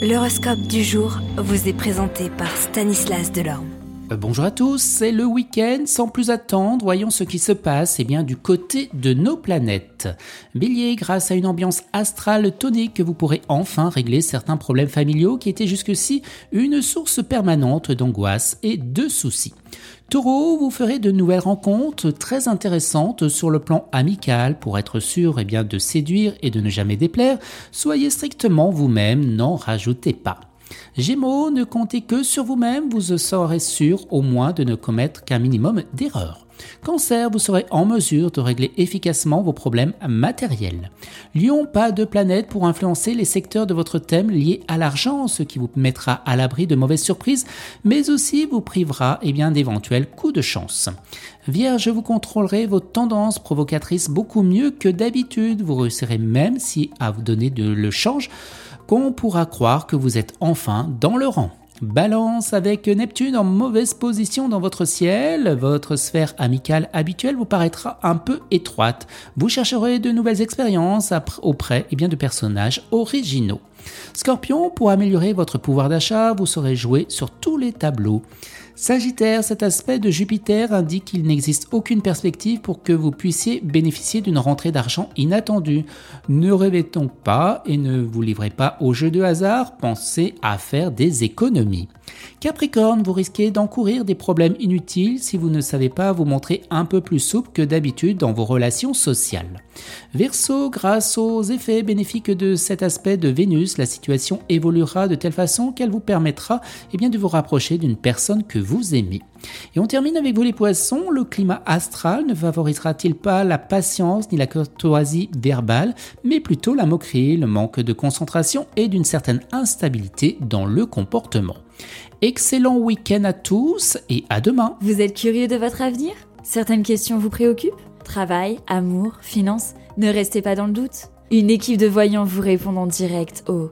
L'horoscope du jour vous est présenté par Stanislas Delorme. Bonjour à tous, c'est le week-end. Sans plus attendre, voyons ce qui se passe du côté de nos planètes. Bélier, grâce à une ambiance astrale tonique, vous pourrez enfin régler certains problèmes familiaux qui étaient jusqu'ici une source permanente d'angoisse et de soucis. Taureau, vous ferez de nouvelles rencontres très intéressantes sur le plan amical pour être sûr de séduire et de ne jamais déplaire. Soyez strictement vous-même, n'en rajoutez pas. Gémeaux, ne comptez que sur vous-même, vous serez sûr au moins de ne commettre qu'un minimum d'erreurs. Cancer, vous serez en mesure de régler efficacement vos problèmes matériels. Lion, pas de planète pour influencer les secteurs de votre thème liés à l'argent, ce qui vous mettra à l'abri de mauvaises surprises, mais aussi vous privera d'éventuels coups de chance. Vierge, vous contrôlerez vos tendances provocatrices beaucoup mieux que d'habitude, vous réussirez même à vous donner le change qu'on pourra croire que vous êtes enfin dans le rang. Balance, avec Neptune en mauvaise position dans votre ciel, votre sphère amicale habituelle vous paraîtra un peu étroite. Vous chercherez de nouvelles expériences auprès de personnages originaux. Scorpion, pour améliorer votre pouvoir d'achat, vous saurez jouer sur tous les tableaux. Sagittaire, cet aspect de Jupiter indique qu'il n'existe aucune perspective pour que vous puissiez bénéficier d'une rentrée d'argent inattendue. Ne rêvez donc pas et ne vous livrez pas au jeu de hasard, pensez à faire des économies. Capricorne, vous risquez d'encourir des problèmes inutiles si vous ne savez pas vous montrer un peu plus souple que d'habitude dans vos relations sociales. Verseau, grâce aux effets bénéfiques de cet aspect de Vénus, la situation évoluera de telle façon qu'elle vous permettra de vous rapprocher d'une personne que vous aimez. Et on termine avec vous les poissons, le climat astral ne favorisera-t-il pas la patience ni la courtoisie verbale, mais plutôt la moquerie, le manque de concentration et d'une certaine instabilité dans le comportement. Excellent week-end à tous et à demain. Vous êtes curieux de votre avenir ? Certaines questions vous préoccupent ? Travail, amour, finances ? Ne restez pas dans le doute. Une équipe de voyants vous répond en direct au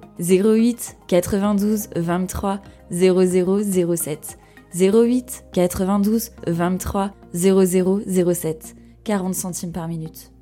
08 92 23 0007. 08 92 23 0007. 40 centimes par minute.